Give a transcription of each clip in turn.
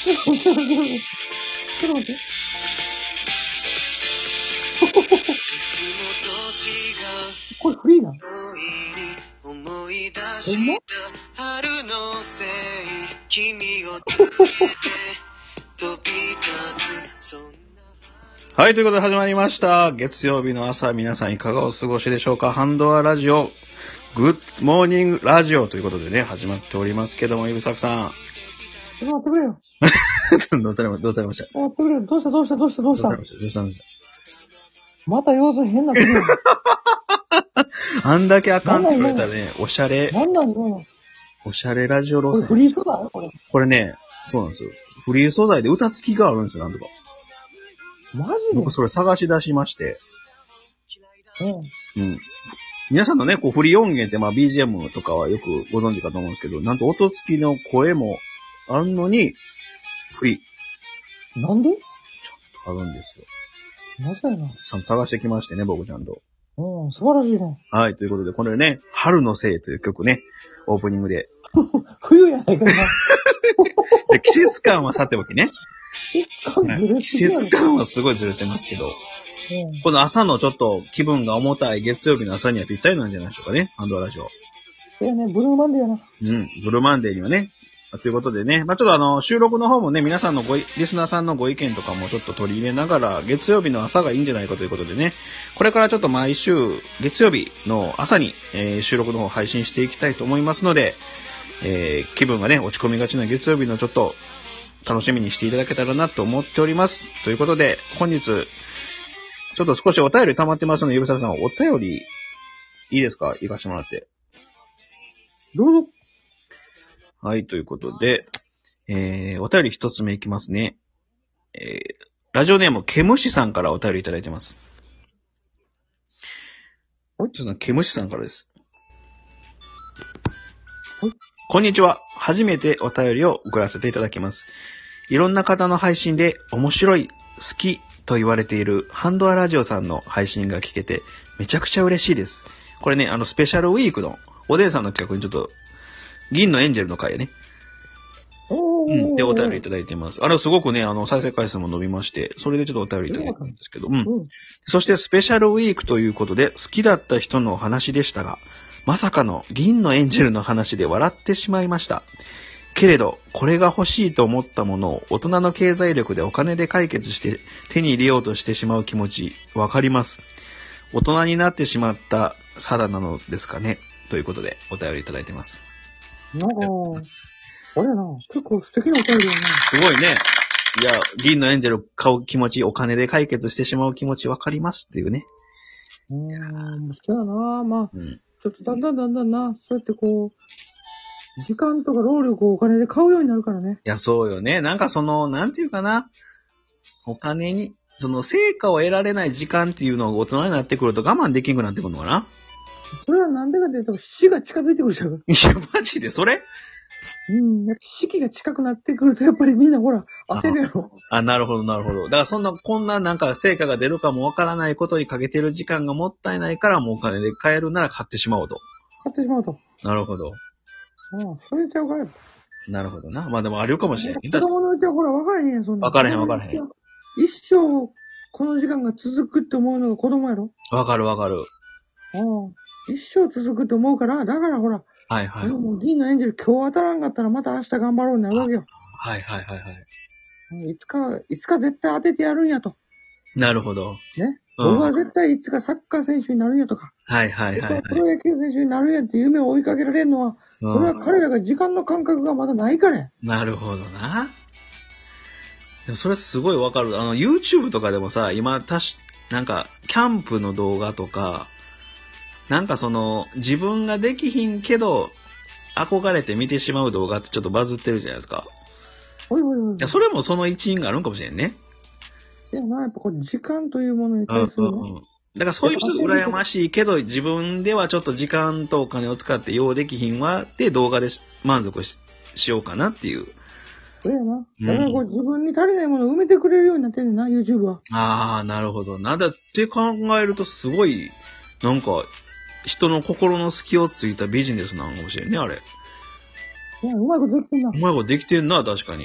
と待って。これフリーなの？ほんま？ はい、ということで始まりました。月曜日の朝、皆さんいかがお過ごしでしょうか。ハンドアラジオ、グッドモーニングラジオということでね、始まっておりますけども、イブサクさん。 待ってくれよ。 どうされました待ってくれよ。どうしたまた様子変なってるよ。 あんだけあかんって言われたらね、おしゃれ、 なんなんのおしゃれラジオ路線。 これフリー素材これ。 これね、そうなんですよ。フリー素材で歌付きがあるんですよ、なんとか。 マジで？ 僕それ探し出しまして。 うん。 うん。皆さんのね、こうフリー音源ってまあ BGM とかはよくご存知かと思うんですけど、なんと音付きの声もあるのに、フリー。 なんで？ あるんですよ。 なぜやな。 探してきましてね、僕ちゃんと。 うん、素晴らしいね。 はい、ということで、これね、春のせいという曲ね、オープニングで。 冬やないかな。 で季節感はさておきね。季季節感はすごいずれてますけど、この朝のちょっと気分が重たい月曜日の朝にはぴったりなんじゃないでしょうかね、ハンドラジオ。 そうやね、ブルーマンデーやな。 うん、ブルーマンデーにはね。ということでね、まあちょっと収録の方もね、皆さんのリスナーさんのご意見とかもちょっと取り入れながら、月曜日の朝がいいんじゃないかということでね、これからちょっと毎週、月曜日の朝に、収録の方を配信していきたいと思いますので、気分がね、落ち込みがちな月曜日のちょっと、楽しみにしていただけたらなと思っております。ということで、本日、ちょっと少しお便り溜まってますので、ゆぶささん、お便り、いいですか？行かしてもらって。 どうぞ。 はい、ということで、お便り一つ目いきますね。ラジオネーム、ケムシさんからお便りいただいてます。ちょっとケムシさんからです。こんにちは。初めてお便りを送らせていただきます。いろんな方の配信で面白い、好きと言われているハンドアラジオさんの配信が聞けてめちゃくちゃ嬉しいです。これね、スペシャルウィークのおでんさんの企画にちょっと、銀のエンジェルの回ね。で、お便りいただいています。すごくね、再生回数も伸びまして、それでちょっとお便りいただいたんですけど、そしてスペシャルウィークということで、好きだった人のお話でしたが、まさかの銀のエンジェルの話で笑ってしまいました。けれど、これが欲しいと思ったものを大人の経済力でお金で解決して手に入れようとしてしまう気持ち、わかります。大人になってしまった肌なのですかね。ということで、お便りいただいてます。 なんか、あれやな、結構素敵なお便りやな。 すごいね。いや、銀のエンジェル買う気持ち、お金で解決してしまう気持ちわかりますっていうね。 そうやな、まあ、ちょっとだんだんな、そうやってこう、時間とか労力をお金で買うようになるからね。 いや、そうよね。なんかなんていうかな。お金に、成果を得られない時間っていうのが大人になってくると我慢できなくなってくるのかな。 それはなんでかっていうと、死が近づいてくるじゃん。いや、マジでそれ？ やっぱ死期が近くなってくると、やっぱりみんなほら、焦るやろ。 なるほど、なるほど。だからこんななんか成果が出るかもわからないことにかけてる時間がもったいないから、もうお金で買えるなら買ってしまおうと。 買ってしまうと。 なるほど。 それちゃうかやっぱ。 なるほどな。まあでもあるかもしれない。 子供のうちはほら、分からへんやん、そんな。 分からへん。 一生、この時間が続くって思うのが子供やろ。 分かる。 一生続くって思うから、だからほら。 はいはい。 もう銀のエンジェル今日当たらんかったらまた明日頑張ろうになるわけよ。 はい。 いつか絶対当ててやるんやと。 なるほど。 ね。僕は絶対いつかサッカー選手になるんやとか。 はい。 プロ野球選手になるんやって夢を追いかけられるのは、それは彼らが時間の感覚がまだないからや。 なるほどな。でもそれすごいわかる。YouTube とかでもさ、今なんか、キャンプの動画とか、なんか自分ができひんけど、憧れて見てしまう動画ってちょっとバズってるじゃないですか。いや、それもその一因があるんかもしれんね。 そうやな、やっぱこう時間というものに対するね。 だからそういう人羨ましいけど、自分ではちょっと時間とお金を使ってようできひんわって動画で満足 しようかなっていう。 そうやな。だからこう自分に足りないものを埋めてくれるようになってんねんな、YouTube は。 なるほど。なんだって考えるとすごい、なんか、人の心の隙をついたビジネスなのかもしれんね、あれ。 いや、うまいことできてんな。 うまいことできてんな、確かに。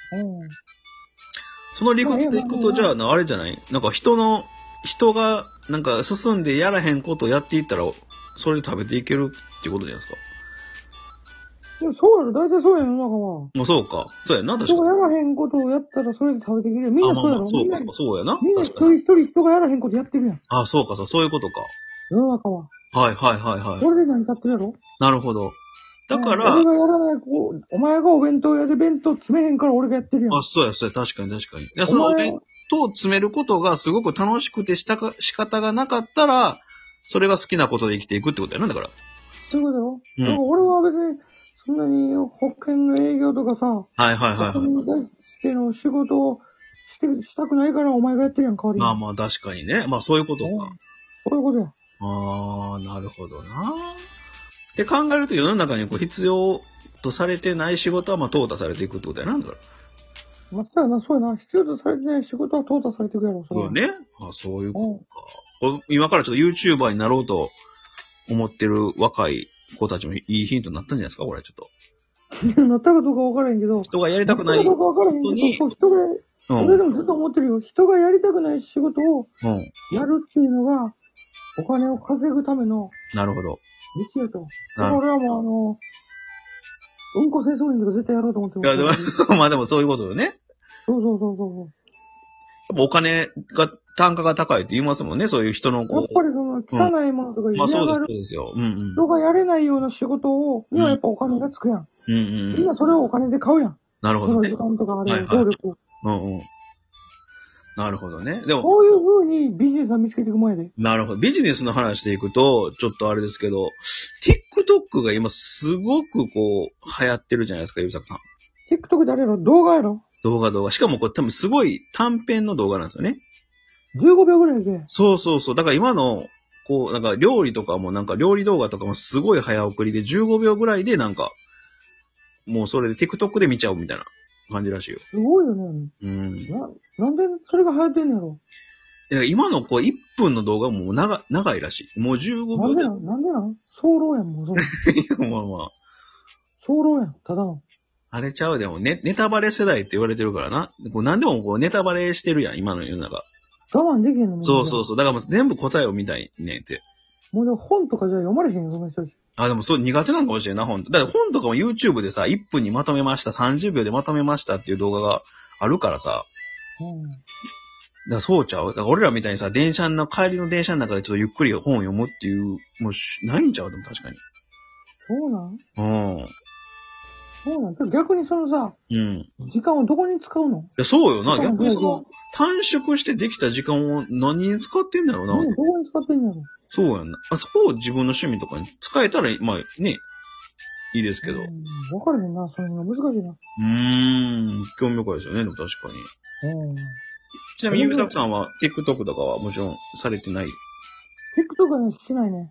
その理屈でいくと、じゃあ、あれじゃないなんか人が、なんか進んでやらへんことをやっていったら、それで食べていけるっていうことじゃないですか。 いや、そうやろ。大体そうやろ、中は。 もうそうか。そうやな、確かに。 人がやらへんことをやったら、それで食べていけるよ。みんなそうやろ。 そうか、そうやな。 みんな一人一人人がやらへんことやってるやん。 あ、そうか、そういうことか。 世の中は。 はいはいはいはい。 それで成り立ってるやろ。 なるほど。だから、 俺がやらない、お前がお弁当屋で弁当詰めへんから俺がやってるやん。 あ、そうや、確かに確かに。いや、そのお弁当を詰めることがすごく楽しくて仕方がなかったら、それが好きなことで生きていくってことやな、だから。 そういうことよ。だから俺は別に、そんなに保険の営業とかさ、 はいはいはい、はい。 保険に対しての仕事をしたくないからお前がやってるやん、代わりに。 まあまあ確かにね。まあそういうことか。 そういうことや。 ああ、なるほどな。って考えると世の中に必要とされてない仕事は淘汰されていくってことやな、だから。 まあ、そうやな、そうやな。必要とされてない仕事は淘汰されていくやろ、 そうね。あ、そういうことか。今からちょっと YouTuber になろうと思ってる若い子たちもいいヒントになったんじゃないですか、これちょっと。 なったかどうか分からへんけど。 人がやりたくない人に。 人が、俺でもずっと思ってるよ。人がやりたくない仕事をやるっていうのが、お金を稼ぐための。 なるほど。 道やと。俺はもううんこ清掃員とか絶対やろうと思ってます。いや、でも、まあでもそういうことよね。 そう。 お金が、単価が高いって言いますもんね、そういう人のやっぱりその汚いものとかまあそうですよ。 人がやれないような仕事にはやっぱお金がつくやん。みんなそれをお金で買うやん。 なるほど。 その時間とかあれ、労力を。 なるほどね。でも、 こういう風にビジネスは見つけていく前で。 なるほど。ビジネスの話でいくと、ちょっとあれですけど、TikTok が今すごく流行ってるじゃないですか、ゆうさくさん。 TikTok であれやろ動画やろ動画。しかもこれ多分すごい短編の動画なんですよね。 15秒ぐらいで。 そう。だから今の、なんか料理とかも料理動画とかもすごい早送りで15秒ぐらいでもうそれで TikTok で見ちゃうみたいな感じらしいよ。 すごいよね。なんでそれが流行ってんのやろ今の1分の動画も長いらしい。もう15秒で。 なんでなん早漏やん、もうそれ。 まあまあ。 早漏やん、ただの。 あれちゃうでもネタバレ世代って言われてるからな。何でもネタバレしてるやん、今の世の中。 我慢できへんのそう。だからもう全部答えを見たいねんって。 もうでも本とかじゃ読まれへんよ、その人たち。 でもそう苦手なのかもしれんな、本。だから本とかも YouTube でさ、1分にまとめました、30秒でまとめましたっていう動画があるからさ。だからそうちゃうだから俺らみたいにさ、帰りの電車の中でちょっとゆっくり本を読むっていう、もうないんちゃうでも確かに。 そうなん逆にそのさ、時間をどこに使うの？ いや、そうよな。逆にその、短縮してできた時間を何に使ってんだろうな。 どこに使ってんだろう。 そうやんな。そこを自分の趣味とかに使えたら、まあね、いいですけど。 わからへんな、それが難しいな。 興味深いですよね、でも確かに。ちなみに、ゆうさくさんは TikTok とかはもちろんされてない？ TikTok はね、してないね。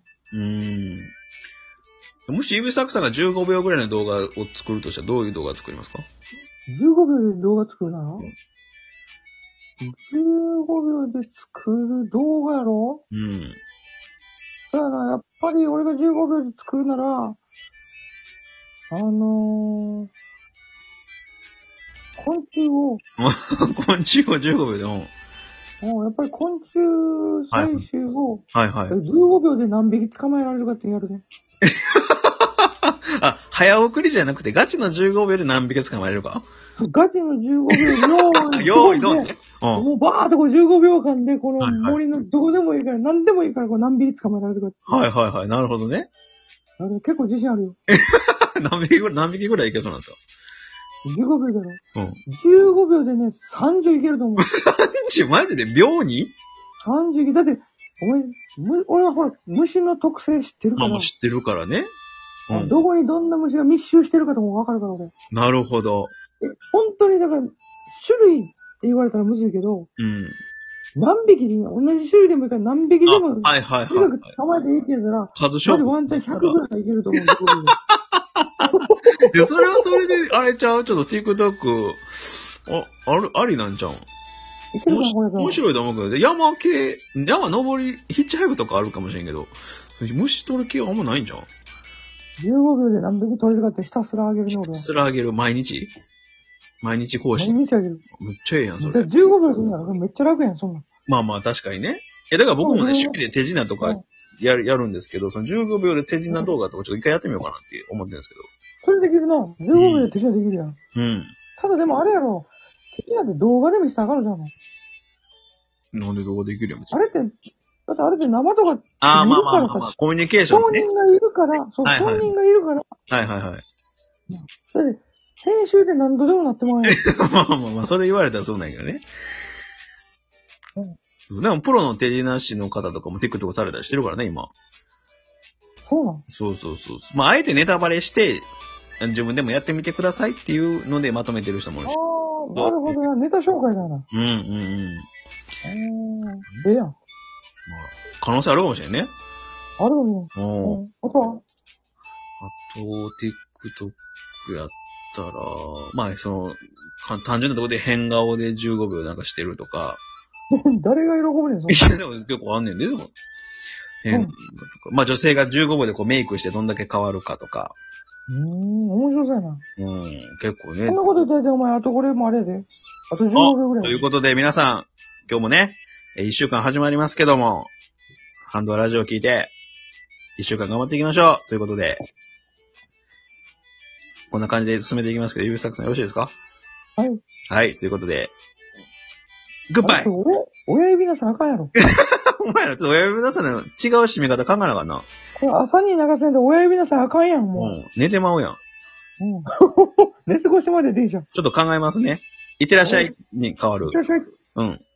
もし、ゆうさくさんが15秒ぐらいの動画を作るとしたらどういう動画作りますか？ 15 秒で動画作るなら、15秒で作る動画やろ？だから、やっぱり俺が15秒で作るなら、昆虫を。 昆虫を15秒でも。 やっぱり昆虫採集を、15秒で何匹捕まえられるかってやるね。 早送りじゃなくてガチの15秒で何匹捕まえれるか？ ガチの15秒用意どんね。 もうバーっと15秒間でこの森のどこでもいいから、何でもいいから何匹捕まえられるかって。 なるほどね。 結構自信あるよ。 何匹ぐらいいけそうなんですか ？15秒だろ。15秒でね、30いけると思う。 30? マジで秒に ?30 いける。だって、俺はほら、虫の特性知ってるから。 もう知ってるからね。 どこにどんな虫が密集してるかともわかるから、俺。 なるほど。 本当に、だから、種類って言われたらむずいけど、何匹でいいの？同じ種類でもいいから何匹でも、とにかく捕まえていいって言ったら、 数勝負。 ワンチャン100ぐらいいけると思う。 それはそれで、あれちゃうちょっと TikTok、ありなんちゃう面白いと思うけど、山登り、ヒッチハイクとかあるかもしれんけど、虫取る系はあんまないんじゃん。 15秒で何匹取れるかってひたすら上げるの俺。 ひたすら上げる、毎日毎日更新。 毎日あげる。 めっちゃええやん、それ。 15秒するならめっちゃ楽やん、そんなん。 まあまあ、確かにね。だから僕もね、趣味で手品とかやるんですけど、その15秒で手品動画とかちょっと一回やってみようかなって思ってるんですけど。 それできるな。15秒で手品できるやん。 うん。 ただでもあれやろ。手品って動画で見せたらあかんのじゃん。 なんで動画できるやん、 あれって、だってあれって生とか、 ああ、まあまあまあ、コミュニケーションね。 本人がいるから、そう、本人がいるから。 はいはいはい。 それで、編集で何度でもなってもらえる。 まあまあまあ、それ言われたらそうなんやけどね。でも、プロの手品師の方とかも TikTok されたりしてるからね、今。 そうなんそう。まあ、あえてネタバレして、自分でもやってみてくださいっていうのでまとめてる人もいるし。 ああ、なるほどな。ネタ紹介だな。ええやん。まあ、 可能性あるかもしれんね。 あるかも。あとはあと、TikTok やったら、まあ、単純なところで変顔で15秒なんかしてるとか。 誰が喜ぶねん、 そんな。いや、でも結構あんねんで、でも。変顔とか。まあ、女性が15秒でこうメイクしてどんだけ変わるかとか。 面白そうやな。 結構ね。 そんなこと言ったら、お前、あとこれもあれやで。あと15秒ぐらい。 ということで、皆さん、今日もね、1週間始まりますけども、ハンドアラジオを聞いて、1週間頑張っていきましょうということで、こんな感じで進めていきますけど、指作さんよろしいですか？ はい。 はい、ということで、グッバイ。 親指出さなあかんやろ。 お前らちょっと親指出さないの違う締め方考えなあかんな。 これ朝に流せんで親指出さなあかんやん、もう。寝てまうやん。 寝過ごしまででいいじゃん。 ちょっと考えますね。いってらっしゃいに変わる。 いってらっしゃい。 うん。